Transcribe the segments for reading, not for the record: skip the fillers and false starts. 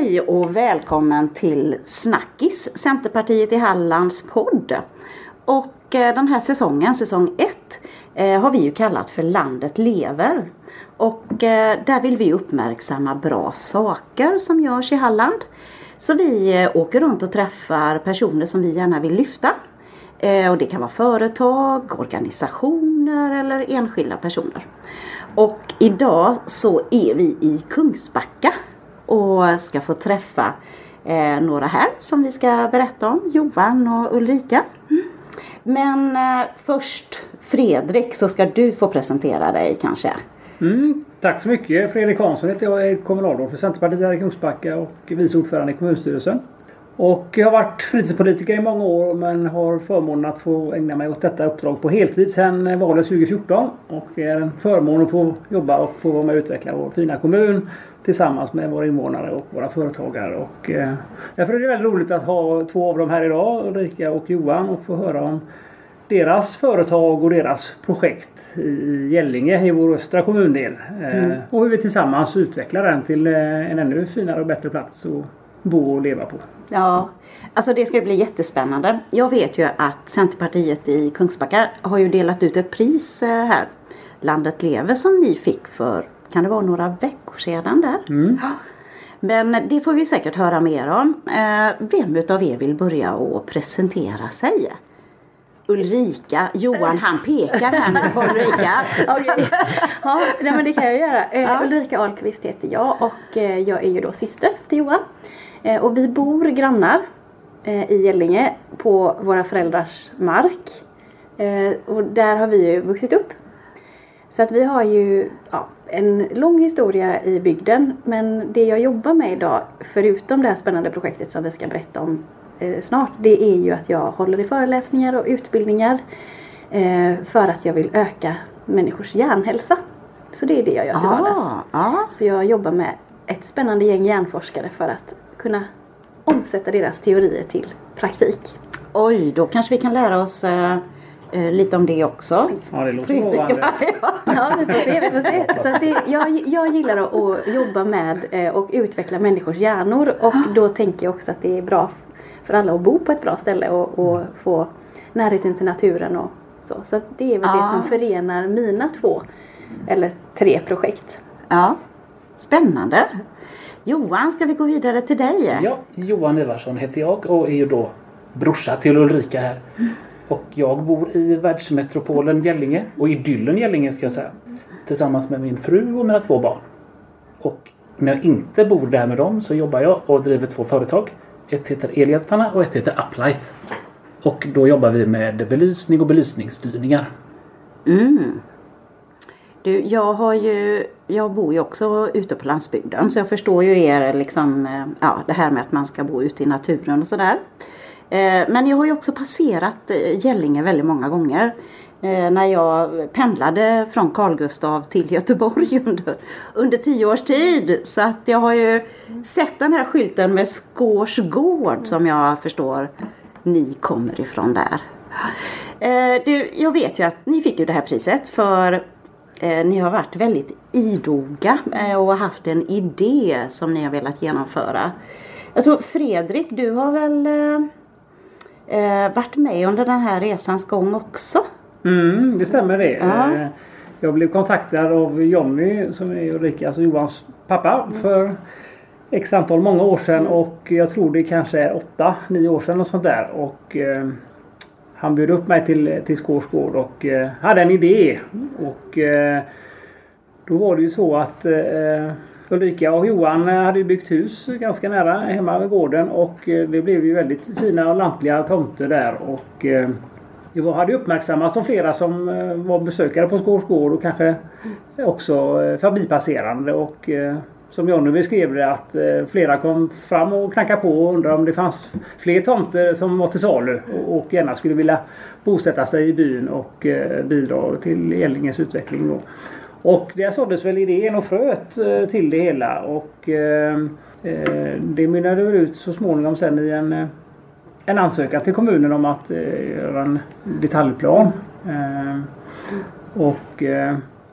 Hej och välkommen till Snackis, Centerpartiet i Hallands podd. Och den här säsongen, säsong 1, har vi ju kallat för Landet lever. Och där vill vi uppmärksamma bra saker som görs i Halland. Så vi åker runt och träffar personer som vi gärna vill lyfta. Och det kan vara företag, organisationer eller enskilda personer. Och idag så är vi i Kungsbacka och ska få träffa några här som vi ska berätta om, Johan och Ulrika. Men först Fredrik, så ska du få presentera dig kanske. Tack så mycket. Fredrik Hansson heter jag, är kommunalråd för Centerpartiet här i Kungsbacka och vice ordförande i kommunstyrelsen. Och jag har varit fritidspolitiker i många år men har förmånen att få ägna mig åt detta uppdrag på heltid sedan valet 2014. Och det är en förmån att få jobba och få vara med och utveckla vår fina kommun tillsammans med våra invånare och våra företagare. Och därför är det väldigt roligt att ha två av dem här idag, Ulrika och Johan, och få höra om deras företag och deras projekt i Gällinge i vår östra kommundel. Och hur vi tillsammans utvecklar den till en ännu finare och bättre plats att bo och leva på. Ja, alltså det ska bli jättespännande. Jag vet ju att Centerpartiet i Kungsbacka har ju delat ut ett pris här. Landet lever, som ni fick för, kan det vara några veckor sedan där? Ja. Men det får vi säkert höra mer om. Vem utav er vill börja och presentera sig? Ulrika, Johan han pekar här nu på Ulrika. Okay. Ja, men det kan jag göra. Ulrika Ahlqvist heter jag och jag är ju då syster till Johan. Och vi bor grannar i Gällinge på våra föräldrars mark. Och där har vi ju vuxit upp. Så att vi har ju en lång historia i bygden. Men det jag jobbar med idag, förutom det här spännande projektet som vi ska berätta om snart, det är ju att jag håller i föreläsningar och utbildningar för att jag vill öka människors hjärnhälsa. Så det är det jag gör till vardags. Så jag jobbar med ett spännande gäng hjärnforskare för att kunna omsätta deras teorier till praktik. Oj, då kanske vi kan lära oss lite om det också. Ja, det låter lovande. Ja, vi får se. Så jag gillar att jobba med och utveckla människors hjärnor. Och då tänker jag också att det är bra för alla att bo på ett bra ställe och få närheten till naturen och så. Så det är väl det som förenar mina 2 eller 3 projekt. Ja, spännande. Johan, ska vi gå vidare till dig? Ja, Johan Ivarsson heter jag och är ju då brorsa till Ulrika här. Och jag bor i världsmetropolen Gällinge och idyllen Gällinge ska jag säga. Tillsammans med min fru och mina 2 barn. Och när jag inte bor där med dem så jobbar jag och driver 2 företag. Ett heter Elhjältarna och ett heter Uplight. Och då jobbar vi med belysning och belysningsstyrningar. Du, jag bor ju också ute på landsbygden, så jag förstår ju er liksom, det här med att man ska bo ute i naturen och sådär. Men jag har ju också passerat Gällinge väldigt många gånger när jag pendlade från Carl Gustaf till Göteborg under 10 års tid. Så att jag har ju sett den här skylten med Skårsgård som jag förstår ni kommer ifrån där. Du, jag vet ju att ni fick ju det här priset för ni har varit väldigt idoga och haft en idé som ni har velat genomföra. Jag tror Fredrik, du har väl varit med under den här resans gång också? Det stämmer det. Ja. Jag blev kontaktad av Jonny som är Ulrika, alltså Johans pappa, för x antal många år sedan. Och jag tror det kanske är 8-9 år sedan och sånt där. Och han bjöd upp mig till Skårsgård och hade en idé. Och då var det ju så att Ulrika och Johan hade byggt hus ganska nära hemma vid gården. Och det blev ju väldigt fina och lantliga tomter där. Och jag hade uppmärksammats som flera som var besökare på Skårsgård och kanske också förbipasserande. Och som jag nu beskrev det, att flera kom fram och knackade på och undrade om det fanns fler tomter som var till salu och gärna skulle vilja bosätta sig i byn och bidra till Gällinges utveckling då. Och det såddes väl idén och fröet till det hela, och det mynnade ut så småningom sen i en ansökan till kommunen om att göra en detaljplan. Och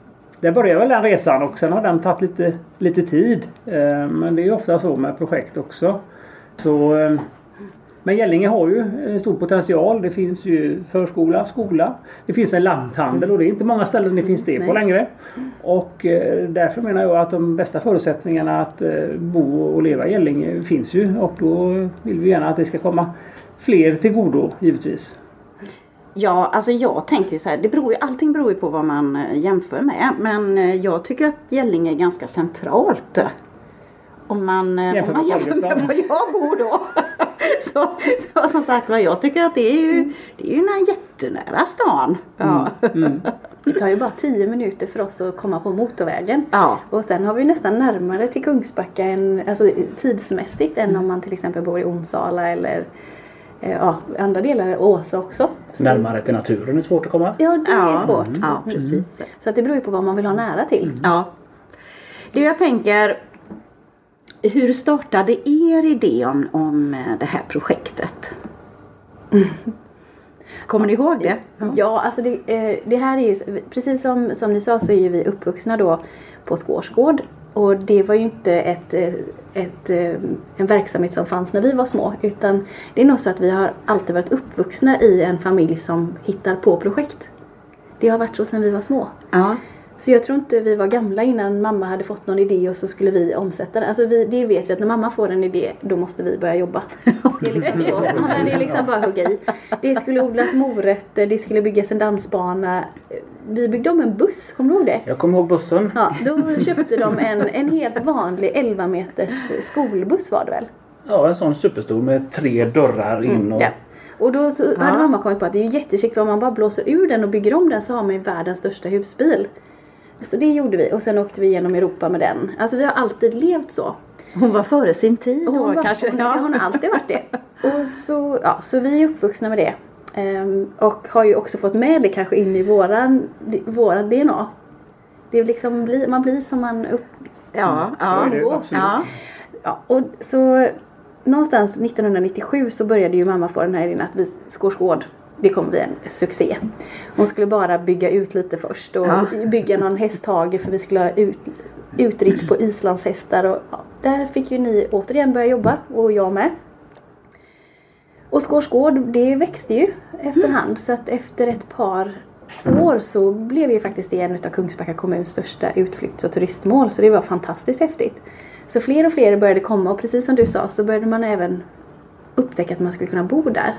det börjar väl den resan och sen har den tagit lite tid. Men det är ofta så med projekt också. Så, men Gällinge har ju en stor potential. Det finns ju förskola, skola. Det finns en lanthandel och det är inte många ställen det finns det på längre. Och därför menar jag att de bästa förutsättningarna att bo och leva i Gällinge finns ju. Och då vill vi gärna att det ska komma fler till godo givetvis. Ja, alltså jag tänker ju så här, allting beror ju på vad man jämför med. Men jag tycker att Gällinge är ganska centralt. Om man jämför med var jag bor då. så som sagt, jag tycker att det är ju en jättenära stan. Ja. Det tar ju bara 10 minuter för oss att komma på motorvägen. Ja. Och sen har vi nästan närmare till Kungsbacka alltså tidsmässigt än om man till exempel bor i Onsala eller andra delar av Åsa också. Närmare till naturen är svårt att komma. Ja, det är svårt. Ja, precis. Så att det beror ju på vad man vill ha nära till. Ja. Jag tänker, hur startade er idé om det här projektet? Kommer ni ihåg det? Ja, alltså det här är ju, precis som ni sa så är ju vi uppvuxna då på Skårsgård. Och det var ju inte en verksamhet som fanns när vi var små. Utan det är nog så att vi har alltid varit uppvuxna i en familj som hittar på projekt. Det har varit så sedan vi var små. Ja. Så jag tror inte vi var gamla innan mamma hade fått någon idé och så skulle vi omsätta den. Alltså det vet vi att när mamma får en idé, då måste vi börja jobba. Det är liksom så. Det är liksom bara hugga i. Det skulle odlas morötter, det skulle byggas en dansbana. Vi byggde om en buss, kommer du ihåg det? Jag kommer ihåg bussen. Ja, då köpte de en helt vanlig 11 meters skolbuss var det väl? Ja, en sån superstor med 3 dörrar in och... Ja. Och då hade mamma kommit på att det är ju jättekäckt för om man bara blåser ur den och bygger om den så har man ju världens största husbil. Så det gjorde vi och sen åkte vi genom Europa med den. Alltså vi har alltid levt så. Hon var före sin tid. Hon har alltid varit det. Och så vi är uppvuxna med det. Och har ju också fått med det kanske in i våra DNA. Det är liksom, man blir som man umgås. Ja, och så någonstans 1997 så började ju mamma få den här idén att Skårsgård, det kommer bli en succé. Hon skulle bara bygga ut lite först och bygga någon hästhage för vi skulle ha utritt på islandshästar. Och där fick ju ni återigen börja jobba och jag med. Och Skårsgård, det växte ju efterhand. Så att efter ett par år så blev ju faktiskt det en av Kungsbacka kommuns största utflykts- och turistmål. Så det var fantastiskt häftigt. Så fler och fler började komma och precis som du sa så började man även upptäcka att man skulle kunna bo där.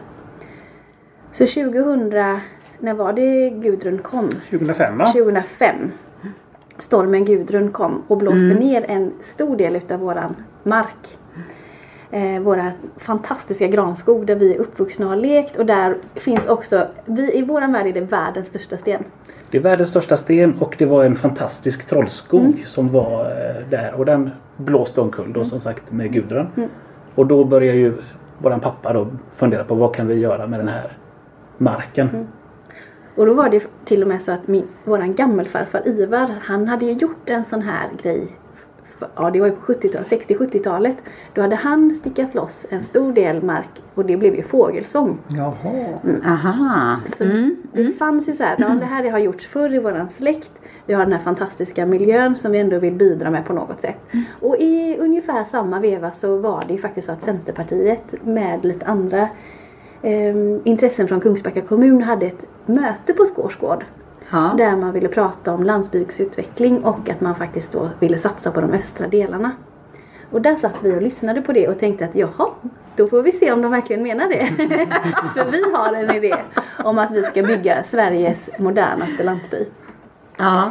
Så 2000, när var det Gudrun kom? 2005 va? 2005. Stormen Gudrun kom och blåste ner en stor del utav våran mark. Våra fantastiska granskog där vi är uppvuxna och har lekt. Och där finns också, i våran värld är det världens största sten. Det är världens största sten och det var en fantastisk trollskog som var där. Och den blåste omkull då som sagt med Gudrun. Och då börjar ju våran pappa då fundera på vad kan vi göra med den här marken. Och då var det till och med så att våran gammelfarfar Ivar, han hade ju gjort en sån här grej. Ja, det var ju på 60-70-talet. Då hade han stickat loss en stor del mark och det blev ju fågelsång. Jaha. Aha. Så det fanns ju så här, det här har gjorts förr i våran släkt. Vi har den här fantastiska miljön som vi ändå vill bidra med på något sätt. Och i ungefär samma veva så var det ju faktiskt så att Centerpartiet med lite andra intressen från Kungsbacka kommun hade ett möte på Skårsgård. Ja. Där man ville prata om landsbygdsutveckling och att man faktiskt då ville satsa på de östra delarna. Och där satt vi och lyssnade på det och tänkte att jaha, då får vi se om de verkligen menar det. För vi har en idé om att vi ska bygga Sveriges modernaste lantby. Ja.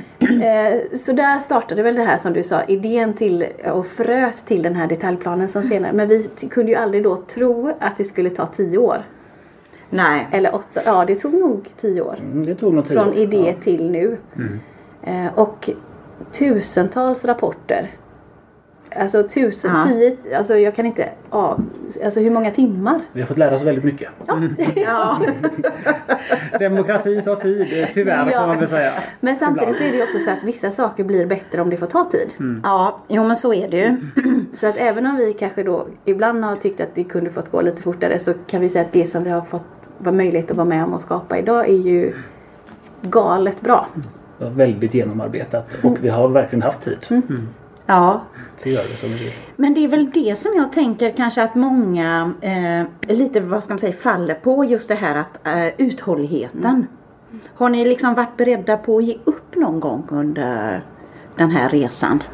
Så där startade väl det här som du sa, idén till och fröt till den här detaljplanen som senare. Men vi kunde ju aldrig då tro att det skulle ta 10 år. Nej. Eller 8, ja det tog nog 10 år. Det tog nog 10 år. Från idé till nu. Och tusentals rapporter. Alltså 10, alltså jag kan inte, alltså hur många timmar? Vi har fått lära oss väldigt mycket. Ja. Demokrati tar tid, tyvärr får man väl säga. Men samtidigt så är det ju också så att vissa saker blir bättre om det får ta tid. Ja, jo men så är det ju. Så att även om vi kanske då ibland har tyckt att det kunde fått gå lite fortare så kan vi säga att det som vi har fått vara möjligt att vara med om att skapa idag är ju galet bra. Det var väldigt genomarbetat och vi har verkligen haft tid. Ja. Så gör det som vi vill. Men det är väl det som jag tänker kanske att många lite, vad ska man säga, faller på, just det här att uthålligheten. Har ni liksom varit beredda på att ge upp någon gång under den här resan?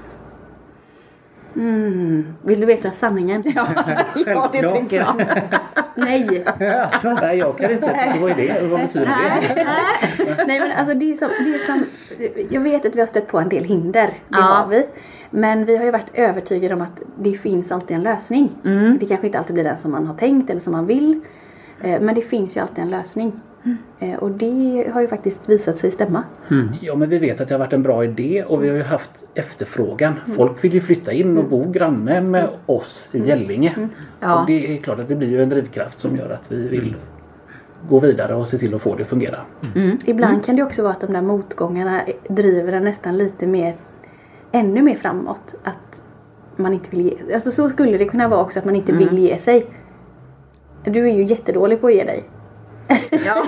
Vill du veta sanningen? Ja, det tycker jag. Nej. Alltså, nej, jag kan inte. Vad är det? Vad betyder det? Nej, men alltså det är som jag vet att vi har stött på en del hinder. Det har vi. Men vi har ju varit övertygade om att det finns alltid en lösning. Det kanske inte alltid blir den som man har tänkt eller som man vill. Men det finns ju alltid en lösning. Och det har ju faktiskt visat sig stämma. Ja, men vi vet att det har varit en bra idé och vi har ju haft efterfrågan. Folk vill ju flytta in och bo granne med oss i Gällinge. Och det är klart att det blir ju en drivkraft som gör att vi vill gå vidare och se till att få det att fungera. Ibland kan det också vara att de där motgångarna driver den nästan lite mer, ännu mer framåt. Att man inte vill ge, alltså så skulle det kunna vara också, att man inte vill ge sig. Du är ju jättedålig på att ge dig. Ja.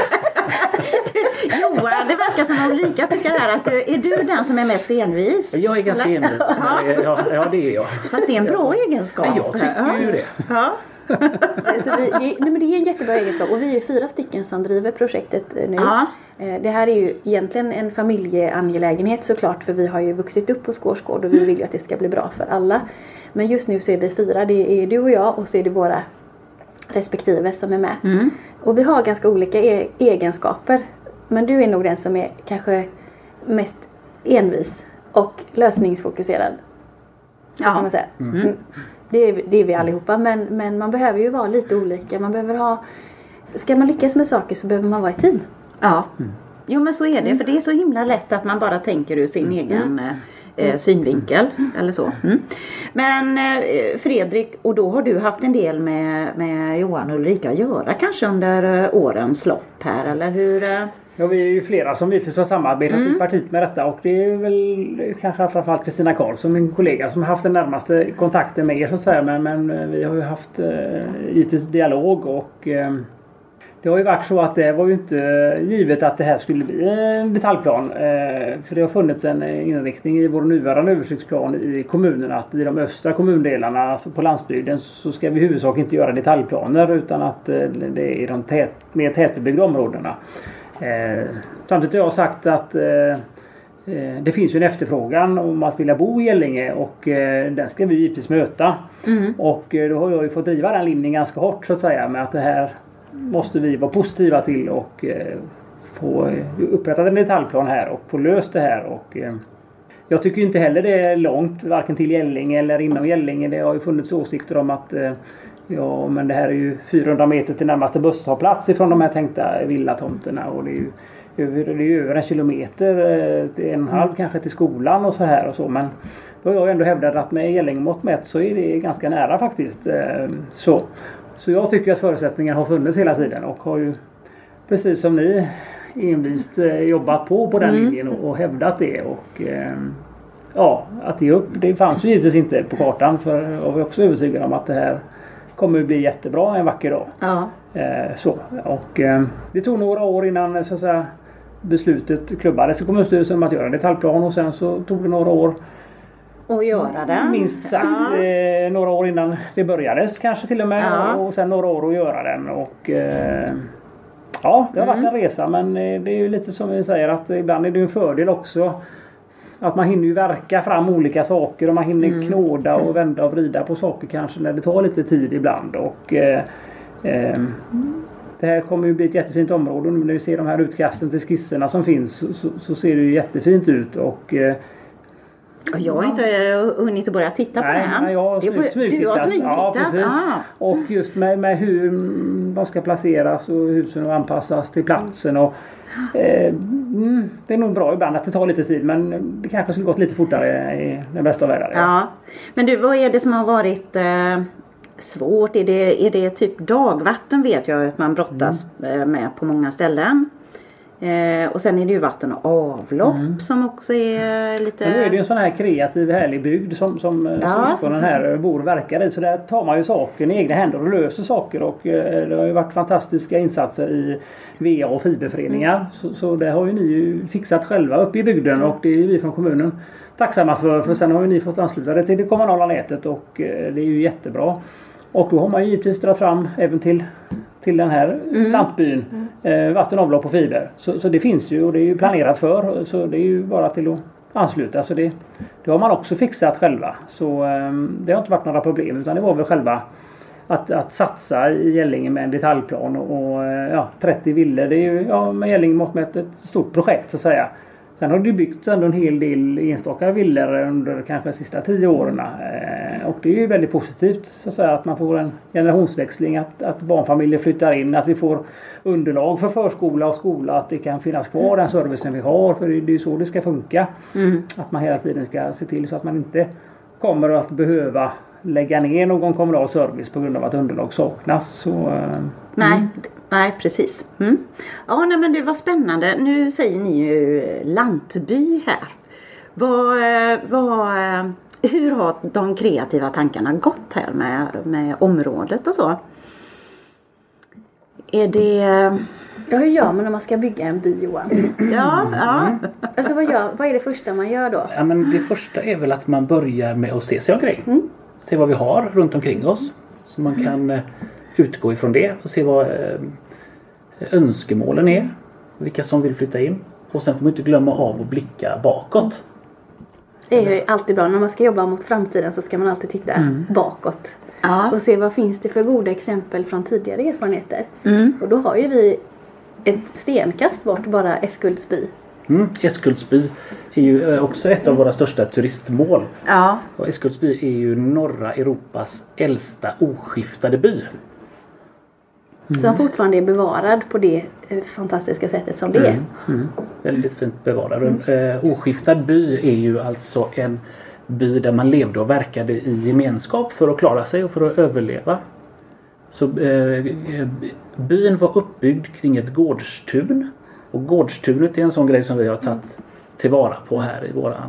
Johan, det verkar som om Ulrika tycker här att är du den som är mest envis? Jag är ganska envis. Ja, det är jag. Fast det är en bra egenskap. Men jag tycker ju det. Ja. Så men det är en jättebra egenskap. Och vi är ju 4 stycken som driver projektet nu. Det här är ju egentligen en familjeangelägenhet såklart. För vi har ju vuxit upp på Skårsgård och vi vill ju att det ska bli bra för alla. Men just nu så är vi 4. Det är du och jag och så är det våra respektive som är med. Och vi har ganska olika egenskaper. Men du är nog den som är kanske mest envis och lösningsfokuserad. Kan man säga. Det är vi allihopa. Men man behöver ju vara lite olika. Man behöver ha, ska man lyckas med saker så behöver man vara ett team. Ja. Jo, men så är det. För det är så himla lätt att man bara tänker ur sin egen synvinkel. Eller så. Men Fredrik, och då har du haft en del med Johan och Ulrika att göra kanske under årens lopp här, eller hur? Ja, vi är ju flera som hittills har samarbetat i partiet med detta, och det är väl kanske framförallt Kristina Karlsson, min kollega, som har haft den närmaste kontakten med er så att säga. Men vi har ju haft givetvis dialog, och det har ju varit så att det var ju inte givet att det här skulle bli en detaljplan. För det har funnits en inriktning i vår nuvarande översiktsplan i kommunerna att i de östra kommundelarna, alltså på landsbygden, så ska vi i huvudsak inte göra detaljplaner, utan att det är de mer tätbebyggda områdena. Samtidigt har jag sagt att det finns ju en efterfrågan om att vilja bo i Gällinge, och den ska vi givetvis möta. Och då har jag ju fått driva den linjen ganska hårt så att säga, med att det här måste vi vara positiva till och få upprättat en detaljplan här och få löst det här. Och jag tycker inte heller det är långt varken till Gällinge eller inom Gällinge. Det har ju funnits åsikter om att ja, men det här är ju 400 meter till närmaste busshållplats ifrån de här tänkta villatomterna, och det är ju över 1 kilometer, 1,5 kanske till skolan och så här och så. Men då har jag ändå hävdat att med Gällingemått mätt så är det ganska nära faktiskt. Så jag tycker att förutsättningar har funnits hela tiden, och har ju precis som ni envist jobbat på den linjen och hävdat det. Och ja, att ge upp, det fanns ju givetvis inte på kartan, för jag var också övertygad om att det här kommer att bli jättebra en vacker dag. Ja. Det tog några år innan så att säga, beslutet klubbades i kommunstyrelsen om att göra en detaljplan, och sen så tog det några år och göra det. Minst sagt några år innan det börjades kanske till och med, och sen några år att göra den. Och ja, det har varit en resa, men det är ju lite som vi säger att ibland är det en fördel också att man hinner ju verka fram olika saker, och man hinner knåda och vända och vrida på saker kanske när det tar lite tid ibland. Och det här kommer ju bli ett jättefint område, och nu när vi ser de här utkasten till skisserna som finns så ser det ju jättefint ut. Och jag har inte hunnit att börja titta på den. Nej, jag har smygtittat. Ja, precis. Och just med hur de ska placeras och husen och anpassas till platsen. Och, det är nog bra ibland att det tar lite tid, men det kanske skulle gått lite fortare i den bästa av världar. Ja. Men du, vad är det som har varit svårt? Är det typ dagvatten, vet jag att man brottas med på många ställen? Och sen är det ju vatten och avlopp som också är lite... Men nu är det ju en sån här kreativ härlig bygd som syskonen här bor och verkar i. Så där tar man ju saken i egna händer och löser saker. Och det har ju varit fantastiska insatser i VA och fiberföreningar. Så det har ju ni ju fixat själva uppe i bygden och det är ju vi från kommunen tacksamma för sen har ju ni fått ansluta det till det kommunala nätet och det är ju jättebra. Och då har man ju givetvis dragit fram även till den här lantbyn vatten, avlopp och fiber. Så det finns ju och det är ju planerat för så det är ju bara till att ansluta. Så det har man också fixat själva. Så det har inte varit några problem utan det var väl själva att satsa i Gällinge med en detaljplan och 30 villor. Det är ju med Gällinge mått med ett stort projekt så att säga. Sen har det byggts ändå en hel del enstaka villor under kanske de sista 10 åren. Och det är ju väldigt positivt så att säga att man får en generationsväxling, att barnfamiljer flyttar in, att vi får underlag för förskola och skola, att det kan finnas kvar den servicen vi har. För det är ju så det ska funka. Att man hela tiden ska se till så att man inte kommer att behöva lägga ner någon kommunal service på grund av att underlag saknas. Så, Nej, precis. Ja, men det var spännande. Nu säger ni ju lantby här. Hur har de kreativa tankarna gått här med området och så? Är det... Ja, hur gör man när man ska bygga en by, Johan? Ja. Alltså vad är det första man gör då? Ja, men det första är väl att man börjar med att se sig omkring. Se vad vi har runt omkring oss. Så man kan utgå ifrån det och se vad önskemålen är. Vilka som vill flytta in. Och sen får man inte glömma av att blicka bakåt. Det är ju alltid bra. När man ska jobba mot framtiden så ska man alltid titta bakåt. Ja. Och se vad finns det för goda exempel från tidigare erfarenheter. Och då har ju vi ett stenkast bort bara Älvskultsby. Älvskultsby är ju också ett av våra största turistmål. Ja. Och Älvskultsby är ju norra Europas äldsta oskiftade by. Som fortfarande är bevarad på det fantastiska sättet som det är. Väldigt fint bevarad. Oskiftad by är ju alltså en by där man levde och verkade i gemenskap för att klara sig och för att överleva. Så byn var uppbyggd kring ett gårdstun. Och gårdstunet är en sån grej som vi har tagit tillvara på här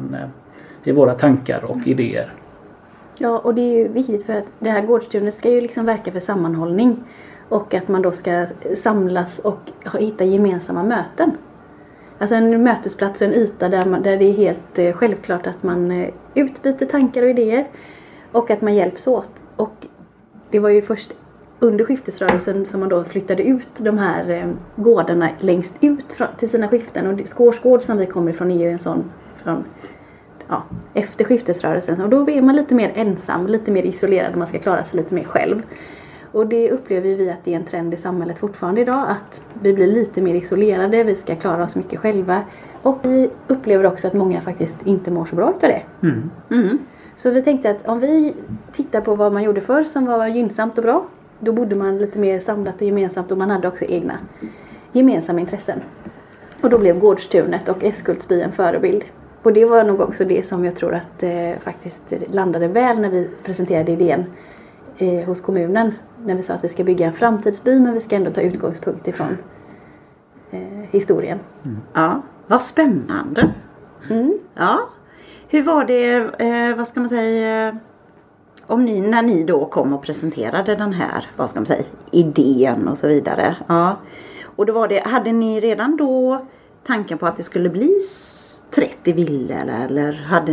i våra tankar och idéer. Ja, och det är ju viktigt för att det här gårdstunet ska ju liksom verka för sammanhållning. Och att man då ska samlas och hitta gemensamma möten. Alltså en mötesplats och en yta där det är helt självklart att man utbyter tankar och idéer. Och att man hjälps åt. Och det var ju först under skiftesrörelsen som man då flyttade ut de här gårdarna längst ut till sina skiften. Och Skårsgård som vi kommer ifrån är ju en sån från efter skiftesrörelsen. Och då är man lite mer ensam, lite mer isolerad. Man ska klara sig lite mer själv. Och det upplever vi att det är en trend i samhället fortfarande idag. Att vi blir lite mer isolerade, vi ska klara oss mycket själva. Och vi upplever också att många faktiskt inte mår så bra utav det. Så vi tänkte att om vi tittar på vad man gjorde förr som var gynnsamt och bra. Då bodde man lite mer samlat och gemensamt och man hade också egna gemensamma intressen. Och då blev gårdstunet och Älvskultsby en förebild. Och det var nog också det som jag tror att faktiskt landade väl när vi presenterade idén hos kommunen. När vi sa att vi ska bygga en framtidsby men vi ska ändå ta utgångspunkt ifrån historien. Ja, vad spännande. Ja. Hur var det, vad ska man säga, när ni då kom och presenterade den här, vad ska man säga, idén och så vidare. Ja. Och då var det, hade ni redan då tanken på att det skulle bli 30 villor eller hade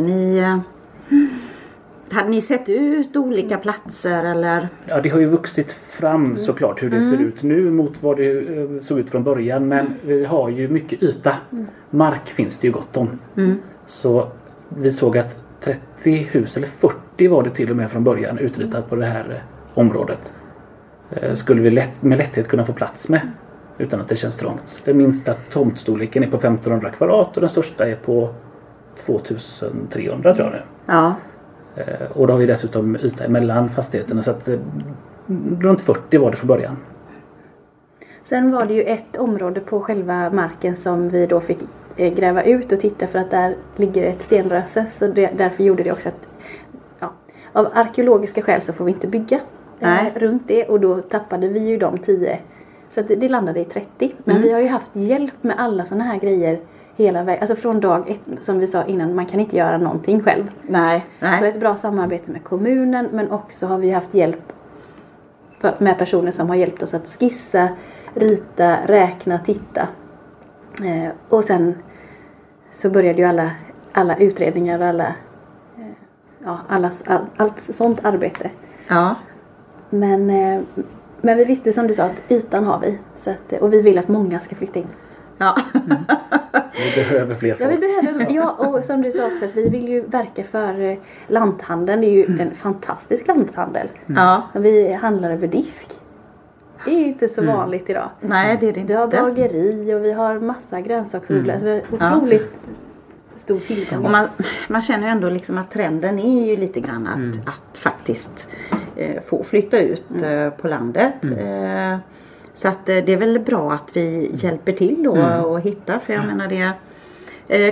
ni sett ut olika platser eller? Ja, det har ju vuxit fram såklart hur det ser ut nu mot vad det såg ut från början. Men vi har ju mycket yta. Mark finns det ju gott om. Så vi såg att 30 hus eller 40 var det till och med från början utritat på det här området. Skulle vi med lätthet kunna få plats med utan att det känns trångt. Den minsta tomtstorleken är på 1500 kvadrat och den största är på 2300 tror jag nu. Ja. Och då har vi dessutom yta emellan fastigheterna så att runt 40 var det från början. Sen var det ju ett område på själva marken som vi då fick gräva ut och titta för att där ligger ett stenröse. Så därför gjorde det också att av arkeologiska skäl så får vi inte bygga runt det. Och då tappade vi ju de 10 Så att det landade i 30. Men vi har ju haft hjälp med alla sådana här grejer hela vägen. Alltså från dag 1, som vi sa innan, man kan inte göra någonting själv. Nej. Så ett bra samarbete med kommunen, men också har vi haft hjälp med personer som har hjälpt oss att skissa, rita, räkna, titta. Och sen så började ju alla utredningar och allt sånt arbete. Ja. Men vi visste, som du sa, att ytan har vi. Så att, och vi vill att många ska flytta in. Ja. Vi behöver fler folk. Ja, och som du sa också, att vi vill ju verka för lanthandeln. Det är ju en fantastisk lanthandel. Ja. Vi handlar över disk. Det är ju inte så vanligt idag. Nej, det är det inte. Vi har bageri och vi har massa grönsaksodlare. Så vi har otroligt stor tillgång. Och man känner ju ändå liksom att trenden är ju lite grann att faktiskt få flytta ut på landet. Så att det är väl bra att vi hjälper till då och hittar. För jag menar det,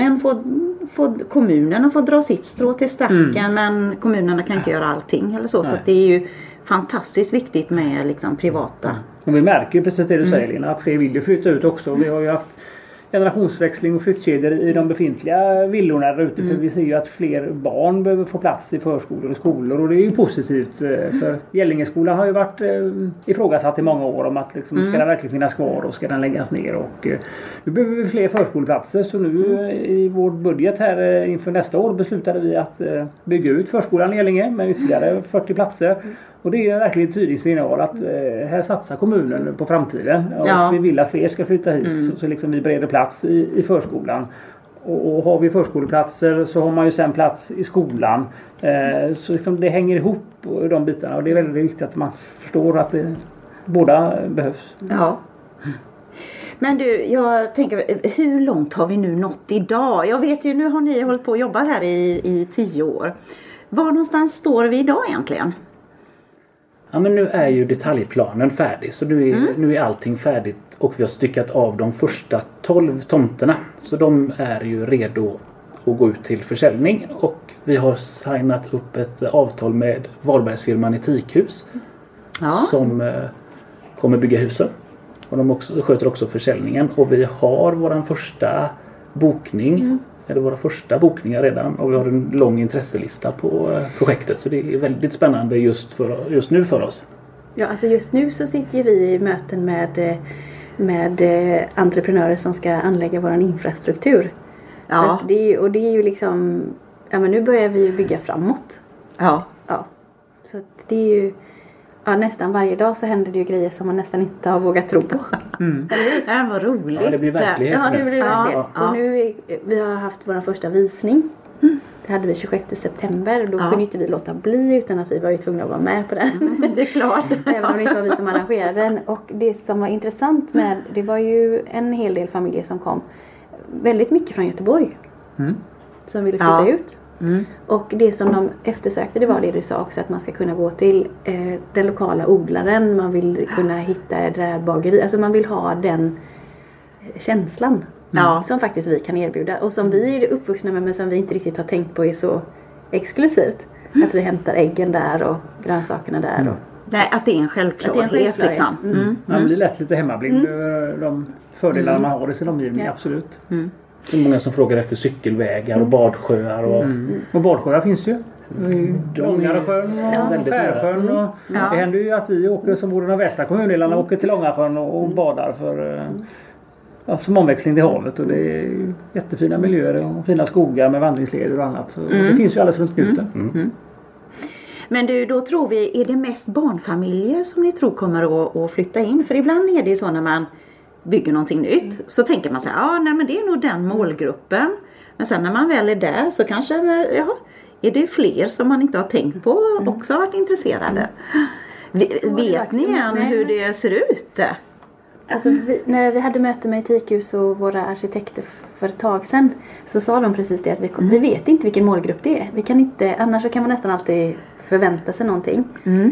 kommunen får dra sitt strå till stacken, men kommunerna kan inte göra allting eller så. Så att det är ju fantastiskt viktigt med liksom privata. Och vi märker ju precis det du säger, Lina, att fler vill ju flytta ut också. Vi har ju haft generationsväxling och flyttkedjor i de befintliga villorna där ute. För vi ser ju att fler barn behöver få plats i förskolor och skolor. Och det är ju positivt. För Gällingeskolan har ju varit ifrågasatt i många år om att liksom, ska den verkligen finnas kvar och ska den läggas ner. Och nu behöver vi fler förskoleplatser. Så nu i vår budget här inför nästa år beslutade vi att bygga ut förskolan i Gällinge med ytterligare 40 platser. Och det är verkligen ett tydligt signal att här satsar kommunen på framtiden. Och vi vill att fler ska flytta hit. Så liksom vi bereder plats i förskolan. Och har vi förskoleplatser så har man ju sen plats i skolan. Så liksom det hänger ihop de bitarna. Och det är väldigt viktigt att man förstår att båda behövs. Ja. Men du, jag tänker, hur långt har vi nu nått idag? Jag vet ju, nu har ni hållit på att jobba här i 10 år. Var någonstans står vi idag egentligen? Ja, men nu är ju detaljplanen färdig, så nu är allting färdigt och vi har styckat av de första 12 tomterna. Så de är ju redo att gå ut till försäljning och vi har signat upp ett avtal med Wahlbergsfirman Etikhus som kommer bygga husen. Och de sköter också försäljningen och vi har vår första bokning. Eller våra första bokningar redan och vi har en lång intresselista på projektet, så det är väldigt spännande just nu för oss. Ja, alltså just nu så sitter vi i möten med entreprenörer som ska anlägga våran infrastruktur. Ja. Så att det är ju liksom, ja men nu börjar vi ju bygga framåt. Ja. Så att det är ju, nästan varje dag så händer det ju grejer som man nästan inte har vågat tro på. Det var roligt. Ja, det blir verklighet Ja, det blir verklighet. Ja. Och nu vi har haft vår första visning. Det hade vi 26 september. Då kunde inte vi låta bli utan att vi var ju tvungna att vara med på den. Det är klart. Även om det inte var vi som arrangerade den. Och det som var intressant med, det var ju en hel del familjer som kom. Väldigt mycket från Göteborg. Som ville flytta ut. Och det som de eftersökte, det var det du sa också, att man ska kunna gå till den lokala odlaren, man vill kunna hitta ett bageri, alltså man vill ha den känslan som faktiskt vi kan erbjuda och som vi är uppvuxna med men som vi inte riktigt har tänkt på är så exklusivt. Att vi hämtar äggen där och grönsakerna där. Och, Nej, att det är en självklarhet liksom. Man blir lätt lite hemmablind över de fördelar man har i sin omgivning, absolut. Det är många som frågar efter cykelvägar och badsjöar. Och badsjöar finns ju. Långarösjön och väldigt nära. Skärsjön. Och det händer ju att vi åker som bor i de västra kommundelarna åker till Långarsjön och badar som omväxling till havet. Och det är jättefina miljöer och fina skogar med vandringsleder och annat. Så det finns ju alldeles runt knuten. Men du, då tror vi, är det mest barnfamiljer som ni tror kommer att flytta in? För ibland är det ju så när man bygger någonting nytt så tänker man så här, nej men det är nog den målgruppen. Men sen när man väl är där så kanske, är det fler som man inte har tänkt på också har varit intresserade. Vet ni än hur det ser ut? Alltså när vi hade möte med Etikhus och våra arkitekter för ett tag sedan så sa de precis det att vi vet inte vilken målgrupp det är. Vi kan inte, annars så kan man nästan alltid förvänta sig någonting.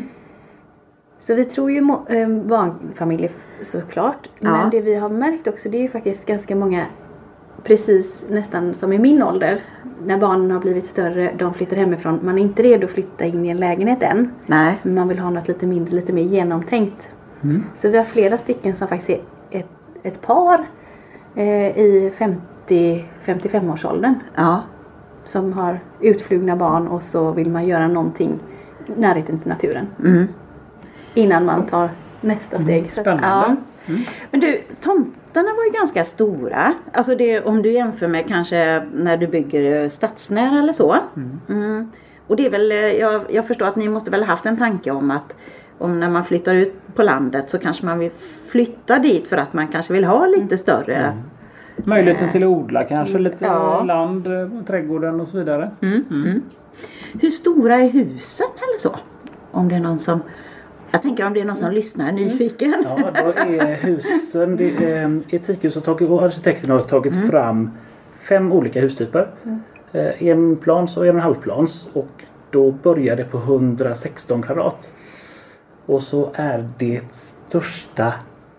Så vi tror ju barnfamiljer såklart. Men det vi har märkt också, det är ju faktiskt ganska många precis nästan som i min ålder. När barnen har blivit större, de flyttar hemifrån. Man är inte redo att flytta in i en lägenhet än. Nej. Men man vill ha något lite mindre, lite mer genomtänkt. Så vi har flera stycken som faktiskt är ett par i 50-55-årsåldern. Ja. Som har utflugna barn och så vill man göra någonting i närheten till naturen. Innan man tar nästa steg. Spännande. Ja. Men du, tomterna var ju ganska stora. Alltså om du jämför med kanske när du bygger stadsnära eller så. Och det är väl, jag förstår att ni måste väl haft en tanke om att när man flyttar ut på landet så kanske man vill flytta dit för att man kanske vill ha lite större... Möjligheten till att odla kanske lite land, trädgården och så vidare. Hur stora är husen eller så? Om det är någon som... Jag tänker om det är någon som lyssnar är nyfiken. Ja, då är husen... Etikhuset och arkitekterna har tagit fram 5 olika hustyper. Enplans och 1,5-plans. Och då börjar det på 116 kvadrat. Och så är det största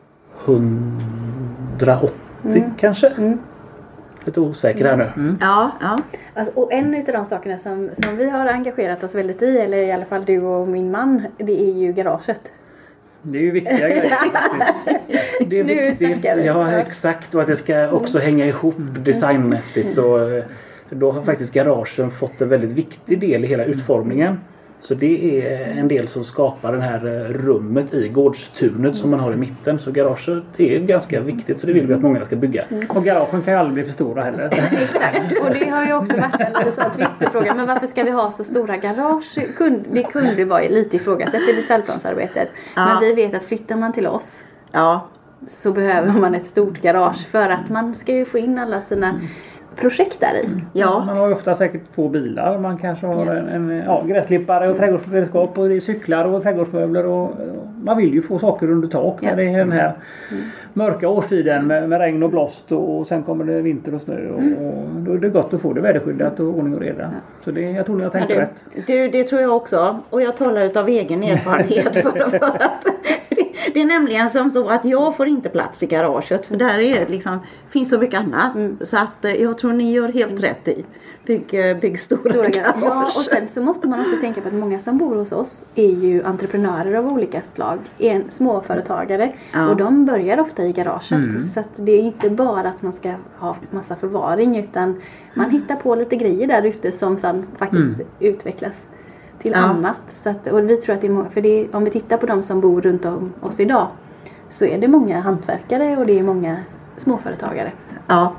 180 kanske. Lite osäker här nu. Ja. Alltså, och en av de sakerna som vi har engagerat oss väldigt i, eller i alla fall du och min man, det är ju garaget. Det är ju viktiga grejer. Det är viktigt, ja exakt, och att det ska också hänga ihop designmässigt. Och då har faktiskt garagen fått en väldigt viktig del i hela utformningen. Så det är en del som skapar det här rummet i gårdstunet som man har i mitten. Så garaget är ganska viktigt, så det vill vi att många ska bygga. Och garagen kan ju aldrig bli för stora heller. Exakt, och det har ju också varit en lite sån tvistig fråga. Men varför ska vi ha så stora garage? Det kunde vara lite ifrågasatt i detaljplansarbetet. Men vi vet att flyttar man till oss så behöver man ett stort garage. För att man ska ju få in alla sina projekt där i. Ja. Man har ju ofta säkert 2 bilar. Man kanske har en gräsklippare och trädgårdsredskap och det är cyklar och trädgårdsmöbler och man vill ju få saker under tak när det är den här mörka årstiden med regn och blåst och sen kommer det vinter och snö och då är det gott att få det väderskyddat och ordning och reda. Så jag tror ni har tänkt rätt. Det tror jag också, och jag talar utav egen erfarenhet för att det är nämligen som så att jag får inte plats i garaget för där är det finns så mycket annat så att jag tror ni gör helt rätt i bygg stora garage. Ja, och sen så måste man också tänka på att många som bor hos oss är ju entreprenörer av olika slag, småföretagare och de börjar ofta i garaget så att det är inte bara att man ska ha massa förvaring utan man hittar på lite grejer där ute som sen faktiskt utvecklas till annat. Så att, och vi tror att det är många, för om vi tittar på de som bor runt om oss idag så är det många hantverkare och det är många småföretagare. Ja.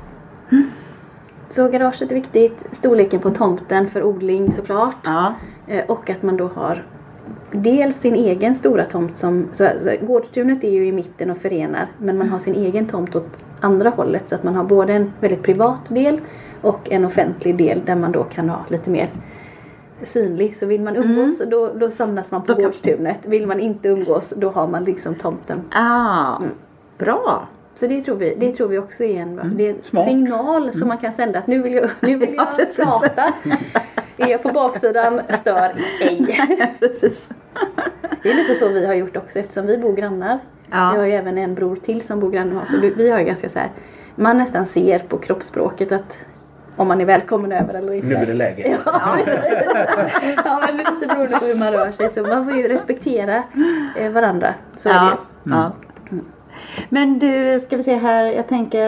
Så garaget är viktigt, storleken på tomten för odling såklart. Ja. Och att man då har dels sin egen stora tomt så gårdstunet är ju i mitten och förenar, men man har sin egen tomt åt andra hållet så att man har både en väldigt privat del och en offentlig del där man då kan ha lite mer synlig. Så vill man umgås då samlas man på gårdstunet. Vill man inte umgås då har man tomten. Bra. Så det tror vi också är en signal som man kan sända att nu vill jag prata. Är jag på baksidan, stör ej. Precis. Det är lite så vi har gjort också eftersom vi bor grannar. Jag har ju även en bror till som bor grannar. Så vi har ju ganska så här, man nästan ser på kroppsspråket att om man är välkommen över eller inte. Nu är det läge. Ja, men det är lite beroende på hur man rör sig. Så man får ju respektera varandra. Så är det. Ja. Men du, ska vi se här, jag tänker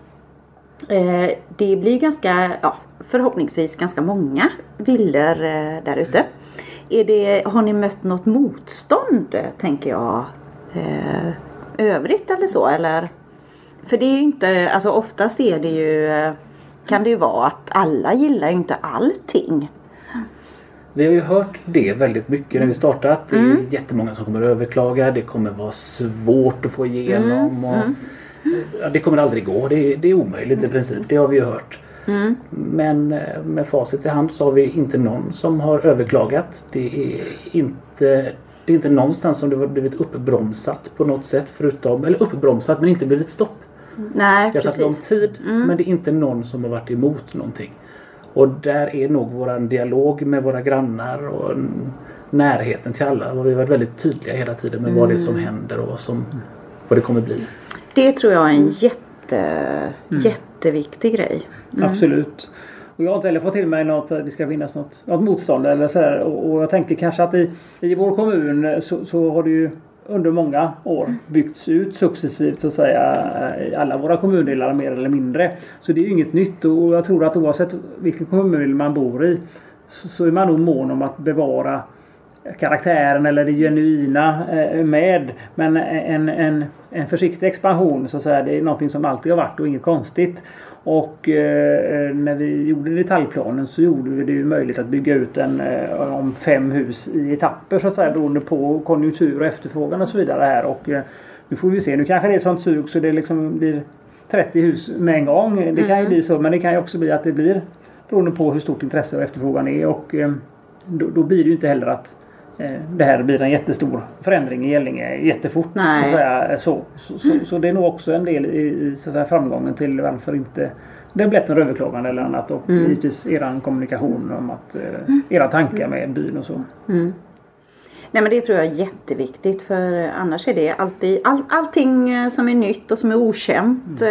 det blir ganska, förhoppningsvis ganska många villor där ute. Har ni mött något motstånd, tänker jag, övrigt eller så? Eller? För det är ju inte, alltså oftast är det ju, kan det ju vara att alla gillar ju inte allting. Vi har ju hört det väldigt mycket när vi startat. Det är jättemånga som kommer att överklaga. Det kommer vara svårt att få igenom. Och, det kommer aldrig gå. Det är omöjligt i princip. Det har vi ju hört. Men med facit i hand så har vi inte någon som har överklagat. Det är inte någonstans som det har blivit uppbromsat på något sätt. Eller uppbromsat men inte blivit stopp. Nej, det har tagit lång tid men det är inte någon som har varit emot någonting. Och där är nog våran dialog med våra grannar och närheten till alla. Och vi har varit väldigt tydliga hela tiden med vad det är som händer och vad det kommer bli. Det tror jag är en jätteviktig grej. Absolut. Och jag har inte heller fått till mig att det ska finnas något motstånd eller sådär. Och jag tänker kanske att i vår kommun så har det ju under många år byggts ut successivt så att säga i alla våra kommundelar mer eller mindre. Så det är ju inget nytt och jag tror att oavsett vilken kommun man bor i så är man nog mån om att bevara karaktären eller det genuina med. Men en försiktig expansion så att säga, det är någonting som alltid har varit och inget konstigt. Och när vi gjorde detaljplanen så gjorde vi det ju möjligt att bygga ut om 5 hus i etapper så att säga beroende på konjunktur och efterfrågan och så vidare här. Och nu får vi se, nu kanske det är sånt sug så det liksom blir 30 hus med en gång. Det kan ju bli så, men det kan ju också bli att det blir beroende på hur stort intresse och efterfrågan är. Och då blir det ju inte heller att det här blir en jättestor förändring i Gällinge jättefort. Så, att säga, så det är nog också en del i så att säga, framgången till varför inte det blivit en överklagande eller annat och givetvis eran kommunikation om att era tankar med byn och så. Nej men det tror jag är jätteviktigt för annars är det alltid allting som är nytt och som är okänt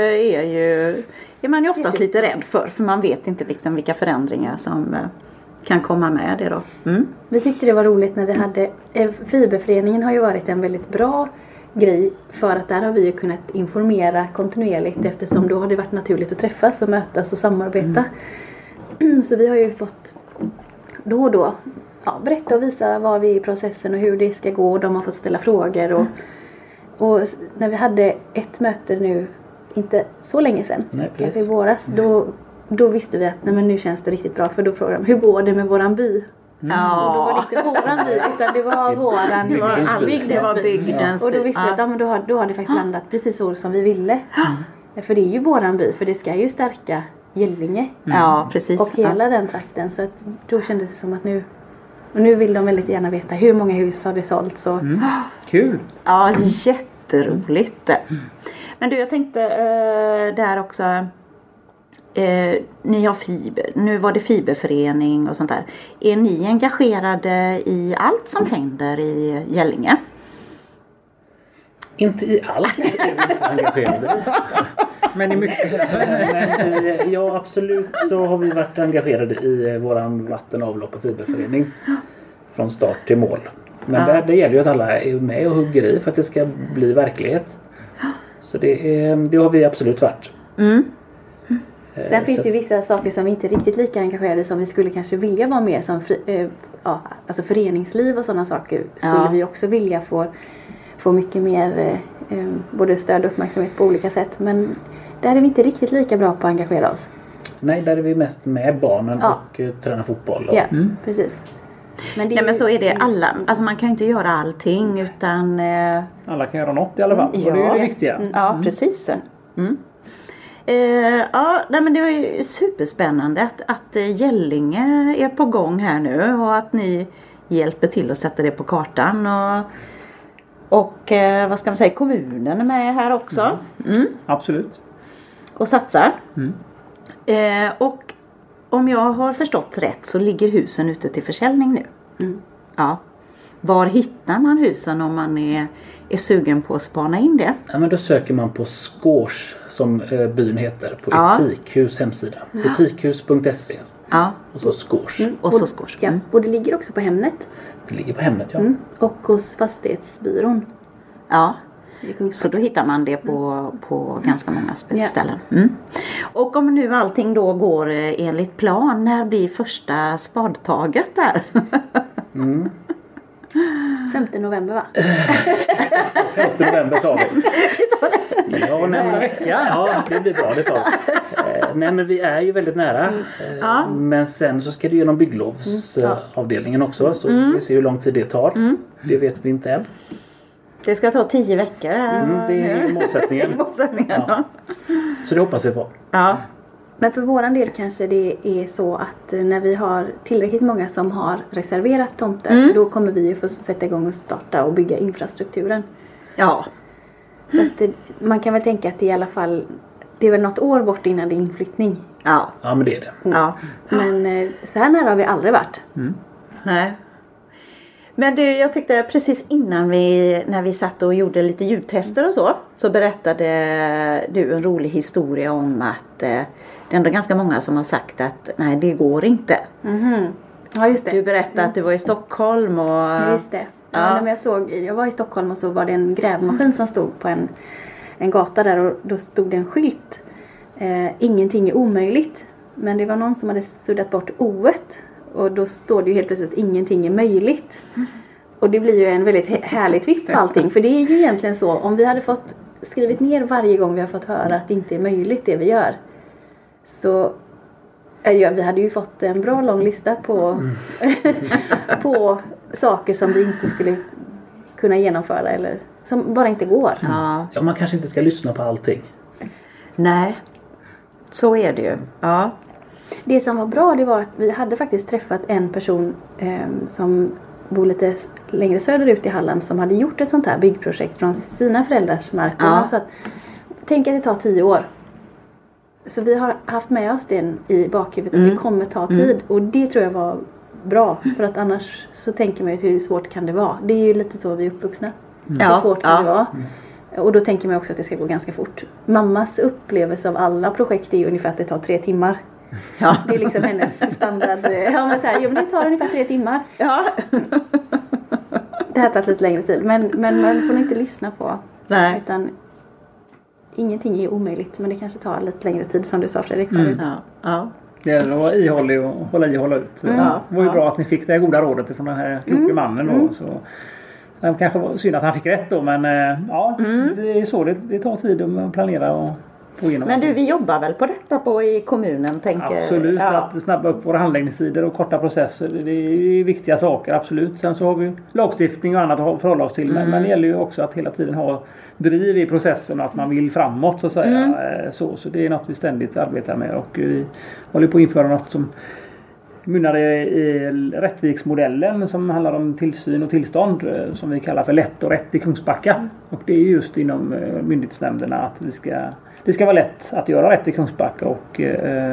är man ju oftast lite rädd för man vet inte liksom vilka förändringar som kan komma med det då. Vi tyckte det var roligt när vi hade Fiberföreningen har ju varit en väldigt bra grej för att där har vi ju kunnat informera kontinuerligt eftersom då har det varit naturligt att träffas och mötas och samarbeta. Så vi har ju fått då och då berätta och visa var vi är i processen och hur det ska gå och de har fått ställa frågor och när vi hade ett möte nu inte så länge sedan i våras då visste vi att nu känns det riktigt bra för då frågade de hur går det med våran by? Ja. Och då var det inte våran by utan det var bygdens by. Och då visste vi att då har det faktiskt landat precis så som vi ville. För det är ju våran by för det ska ju stärka Gällinge. Ja, precis. Och hela den trakten så att då kändes det som att nu vill de väldigt gärna veta hur många hus har det sålts. Och... Kul! Ja, jätteroligt. Men du, jag tänkte där också... ni har fiber. Nu var det fiberförening och sånt där. Är ni engagerade i allt som händer i Gällinge? Inte i allt är vi inte engagerade. Men i mycket. Ja, absolut så har vi varit engagerade i våran vatten-, avlopp- och fiberförening från start till mål. Men det gäller ju att alla är med och hugger i för att det ska bli verklighet. Så det har vi absolut varit. Sen finns det ju vissa saker som vi inte är riktigt lika engagerade som vi skulle kanske vilja vara med som alltså föreningsliv och sådana saker skulle vi också vilja få mycket mer både stöd och uppmärksamhet på olika sätt. Men där är vi inte riktigt lika bra på att engagera oss. Nej, där är vi mest med barnen och tränar fotboll. Ja, precis. Men så är det alla. Alltså man kan ju inte göra allting utan... Alla kan göra något i alla fall. Och det är det viktiga. Ja, precis. Men det var ju superspännande att Gällinge är på gång här nu och att ni hjälper till att sätta det på kartan och vad ska man säga, kommunen är med här också. Absolut. Och satsar. Och om jag har förstått rätt så ligger husen ute till försäljning nu. Ja. Var hittar man husen om man är sugen på att spana in det? Ja, men då söker man på Skårs som byn heter på Etikhus hemsida. Etikhus.se. Ja. Och så Skårs. Och så Skårs. Ja. Och det ligger också på Hemnet. Det ligger på Hemnet, ja. Och hos Fastighetsbyrån. Ja. Så då hittar man det på ganska många ställen. Och om nu allting då går enligt plan, när blir första spadtaget där? 5 november va? 5 november tar vi. Ja, nästa vecka. Ja, det blir bra, det tar nej, men vi är ju väldigt nära. Men sen så ska det genom bygglovsavdelningen också. Så vi ser hur lång tid det tar. Det vet vi inte än. Det ska ta 10 veckor. Det är målsättningen. Ja. Så det hoppas vi på. Ja. Men för våran del kanske det är så att när vi har tillräckligt många som har reserverat tomter, då kommer vi ju få sätta igång och starta och bygga infrastrukturen. Ja. Så att man kan väl tänka att det i alla fall, det är väl något år bort innan det är inflyttning. Ja. Ja, men det är det. Ja. Men så här nära har vi aldrig varit. Nej. Men du, jag tyckte precis innan när vi satt och gjorde lite ljudtester och så berättade du en rolig historia om att det är ändå ganska många som har sagt att nej, det går inte. Ja, just det. Du berättade att du var i Stockholm och... Ja, just det. Ja, men jag var i Stockholm och så var det en grävmaskin som stod på en gata där och då stod det en skylt. Ingenting är omöjligt. Men det var någon som hade suddat bort o-et och då står det ju helt plötsligt att ingenting är möjligt. Och det blir ju en väldigt härlig twist på allting. För det är ju egentligen så, om vi hade fått skrivit ner varje gång vi har fått höra att det inte är möjligt det vi gör. Så vi hade ju fått en bra lång lista på saker som vi inte skulle kunna genomföra eller som bara inte går. Ja, man kanske inte ska lyssna på allting. Nej, så är det ju. Ja. Det som var bra, det var att vi hade faktiskt träffat en person som bor lite längre söderut i Halland som hade gjort ett sånt här byggprojekt från sina föräldrars mark. Ja. Så att, tänk att det tar 10 år. Så vi har haft med oss den i bakhuvudet att det kommer ta tid. Och det tror jag var bra. För att annars så tänker man ju hur svårt kan det vara. Det är ju lite så vi är uppvuxna. Hur svårt kan det vara. Och då tänker man också att det ska gå ganska fort. Mammas upplevelse av alla projekt är ungefär att det tar 3 timmar. Ja. Det är liksom hennes standard. Ja, men så här, men det tar ungefär 3 timmar. Ja. Det här tar lite längre tid. Men man får inte lyssna på. Nej. Utan ingenting är omöjligt. Men det kanske tar lite längre tid som du sa, Fredrik. Ja. Det är att vara ihållig och hålla i och hålla ut. Så det var ju bra att ni fick det här goda rådet från den här kloke mannen då. Så det kanske var synd att han fick rätt då. Men det är så. Det tar tid att planera och få igenom. Men du, vi jobbar väl på detta i kommunen? Absolut, att snabba upp våra handläggningstider och korta processer. Det är viktiga saker, absolut. Sen så har vi lagstiftning och annat att förhålla oss till. Men det gäller ju också att hela tiden ha driv i processen och att man vill framåt så att säga. Så det är något vi ständigt arbetar med och vi håller på att införa något som mynnar i Rättviksmodellen som handlar om tillsyn och tillstånd som vi kallar för lätt och rätt i Kungsbacka. Och det är just inom myndighetsnämnderna att det ska vara lätt att göra rätt i Kungsbacka och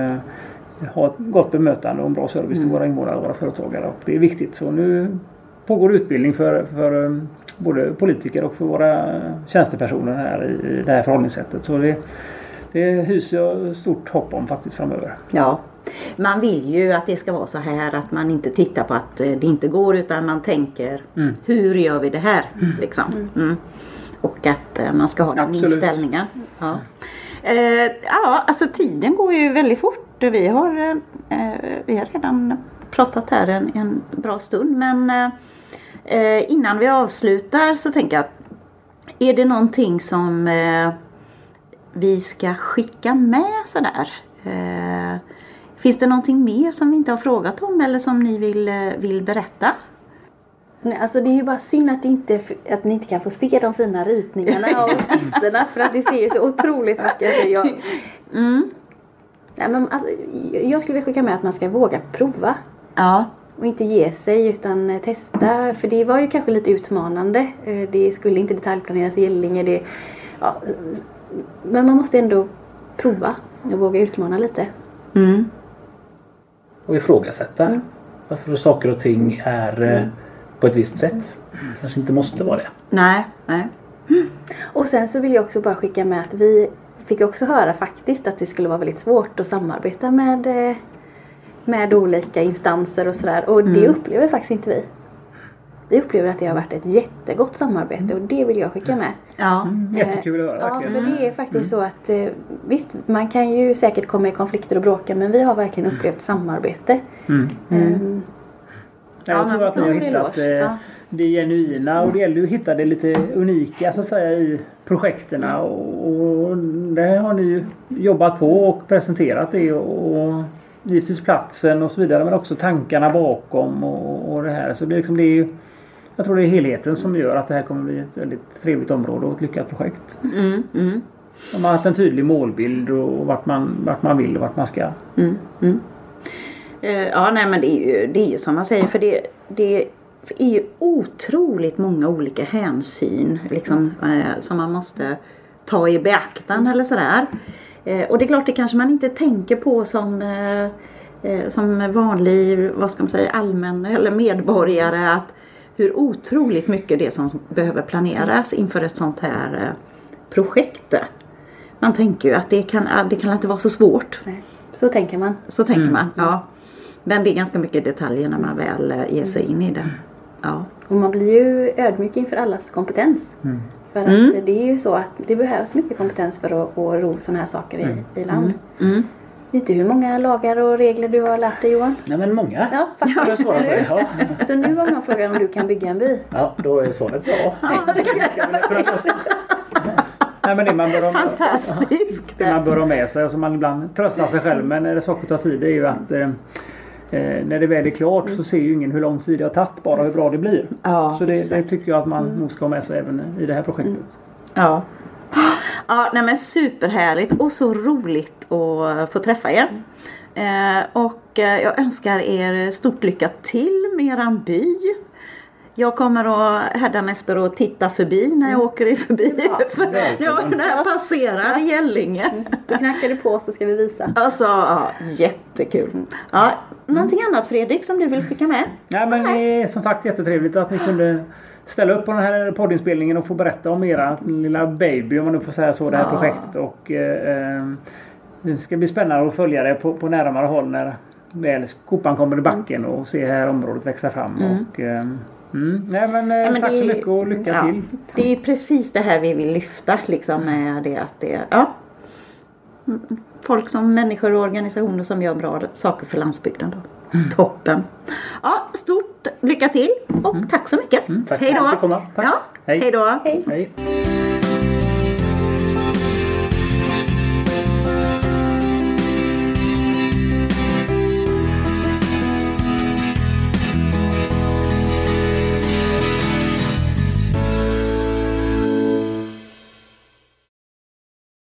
ha ett gott bemötande och en bra service till våra invånare och våra företagare. Och det är viktigt. Så nu pågår utbildning för både politiker och för våra tjänstepersoner här i det här förhållningssättet. Så det hyser jag stort hopp om faktiskt framöver. Ja, man vill ju att det ska vara så här att man inte tittar på att det inte går utan man tänker hur gör vi det här liksom. Och att man ska ha den inställningen. Ja. Alltså tiden går ju väldigt fort. Vi har redan pratat här en bra stund. Men innan vi avslutar så tänker jag att är det någonting som vi ska skicka med sådär? Finns det någonting mer som vi inte har frågat om eller som ni vill berätta? Nej, alltså det är ju bara synd att ni inte kan få se de fina ritningarna och skisserna för att det ser ju så otroligt vackert ut. Nej, men alltså, jag skulle vilja skicka med att man ska våga prova. Ja. Och inte ge sig utan testa. För det var ju kanske lite utmanande. Det skulle inte detaljplaneras i Gällinge. Men man måste ändå prova och våga utmana lite. Och ifrågasätta varför saker och ting är på ett visst sätt. Kanske inte måste vara det. Nej. Och sen så vill jag också bara skicka med att vi fick också höra faktiskt att det skulle vara väldigt svårt att samarbeta med olika instanser och sådär. Och det upplever faktiskt inte vi. Vi upplever att det har varit ett jättegott samarbete och det vill jag skicka med. Ja, jättekul att höra. Ja, för det är faktiskt så att visst, man kan ju säkert komma i konflikter och bråka men vi har verkligen upplevt samarbete. Jag tror att ni har hittat det genuina och det gäller ju att hitta det lite unika så att säga i projekterna och det har ni ju jobbat på och presenterat det och givetvis platsen och så vidare men också tankarna bakom och det här så det är ju jag tror det är helheten som gör att det här kommer bli ett väldigt trevligt område och ett lyckat projekt. Man har haft en tydlig målbild och vart man vill och vart man ska. Ja, nej men det är ju som man säger för det är ju otroligt många olika hänsyn liksom, som man måste ta i beaktan eller sådär. Och det är klart det kanske man inte tänker på som vanlig, vad ska man säga, allmän eller medborgare att hur otroligt mycket det som behöver planeras inför ett sånt här projekt. Man tänker ju att det kan inte vara så svårt. Nej, så tänker man. Så tänker man, ja. Men det är ganska mycket detaljer när man väl ger sig in i det. Ja. Och man blir ju ödmjuk inför allas kompetens. För att det är ju så att det behövs mycket kompetens för att ro sådana här saker i land. Vet du hur många lagar och regler du har lärt dig, Johan? Nej, men många. Ja, Får jag svara på det? Ja. Så nu om någon frågar om du kan bygga en by. Ja, då är svaret ja. Nej, men det man bör ha, Fantastiskt. det man bör ha med sig och som man ibland tröstar sig själv med när det saker tar tid är ju att när det väl är klart så ser ju ingen hur lång tid det har tagit, bara hur bra det blir. Ja, så det tycker jag att man nog ska ha med sig även i det här projektet. Ja. Ja, nej men superhärligt och så roligt att få träffa er. Och jag önskar er stort lycka till med eran by. Jag kommer att hädanefter att titta förbi när jag åker förbi. När jag passerar Gällinge. Då knackar du på så ska vi visa. Alltså, ja, jättekul. Ja, någonting annat Fredrik som du vill skicka med? Nej, men det är som sagt jättetrevligt att ni kunde ställa upp på den här poddinspelningen och få berätta om era lilla baby, om man nu får säga så, det här projektet. Och det ska bli spännande att följa det på närmare håll när väl skopan kommer i backen och se här området växa fram. Och, nej, men tack så mycket och lycka till. Det är precis det här vi vill lyfta liksom, med det att det folk som människor och organisationer som gör bra saker för landsbygden då. Toppen. Ja, stort lycka till och tack så mycket. Tack hej då. för att du kom. Ja, hej då. Hej. Hej.